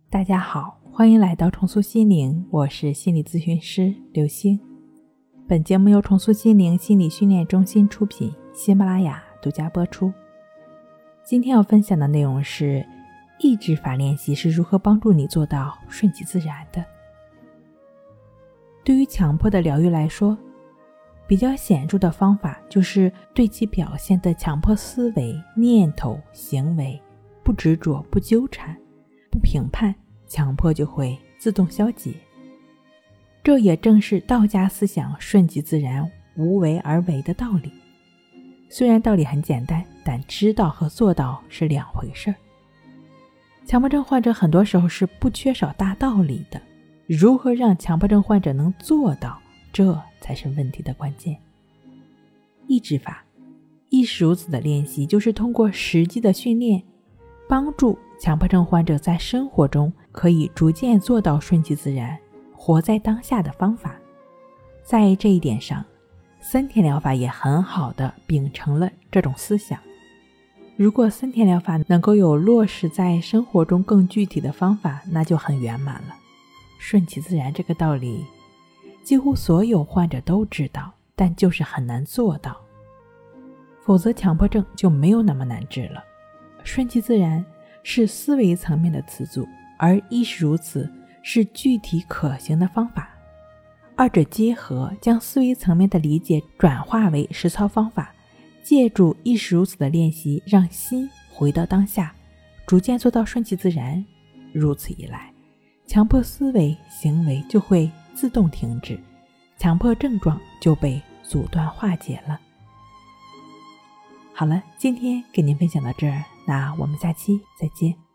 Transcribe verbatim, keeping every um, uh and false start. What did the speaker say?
大家好，欢迎来到重塑心灵，我是心理咨询师刘星。本节目由重塑心灵心理训练中心出品，喜马拉雅独家播出。今天要分享的内容是抑制法练习是如何帮助你做到顺其自然的。对于强迫的疗愈来说，比较显著的方法就是对其表现的强迫思维、念头、行为不执着、不纠缠、不评判，强迫就会自动消解。这也正是道家思想顺其自然、无为而为的道理。虽然道理很简单，但知道和做到是两回事儿。强迫症患者很多时候是不缺少大道理的，如何让强迫症患者能做到，这才是问题的关键。抑制法，亦是如此的练习，就是通过实际的训练，帮助强迫症患者在生活中可以逐渐做到顺其自然、活在当下的方法。在这一点上，森田疗法也很好地秉承了这种思想。如果森田疗法能够有落实在生活中更具体的方法，那就很圆满了。顺其自然这个道理，几乎所有患者都知道，但就是很难做到。否则强迫症就没有那么难治了。顺其自然是思维层面的词组，而亦是如此是具体可行的方法。二者结合，将思维层面的理解转化为实操方法，借助亦是如此的练习，让心回到当下，逐渐做到顺其自然。如此一来，强迫思维行为就会自动停止，强迫症状就被阻断化解了。好了，今天给您分享到这儿，那我们下期再见。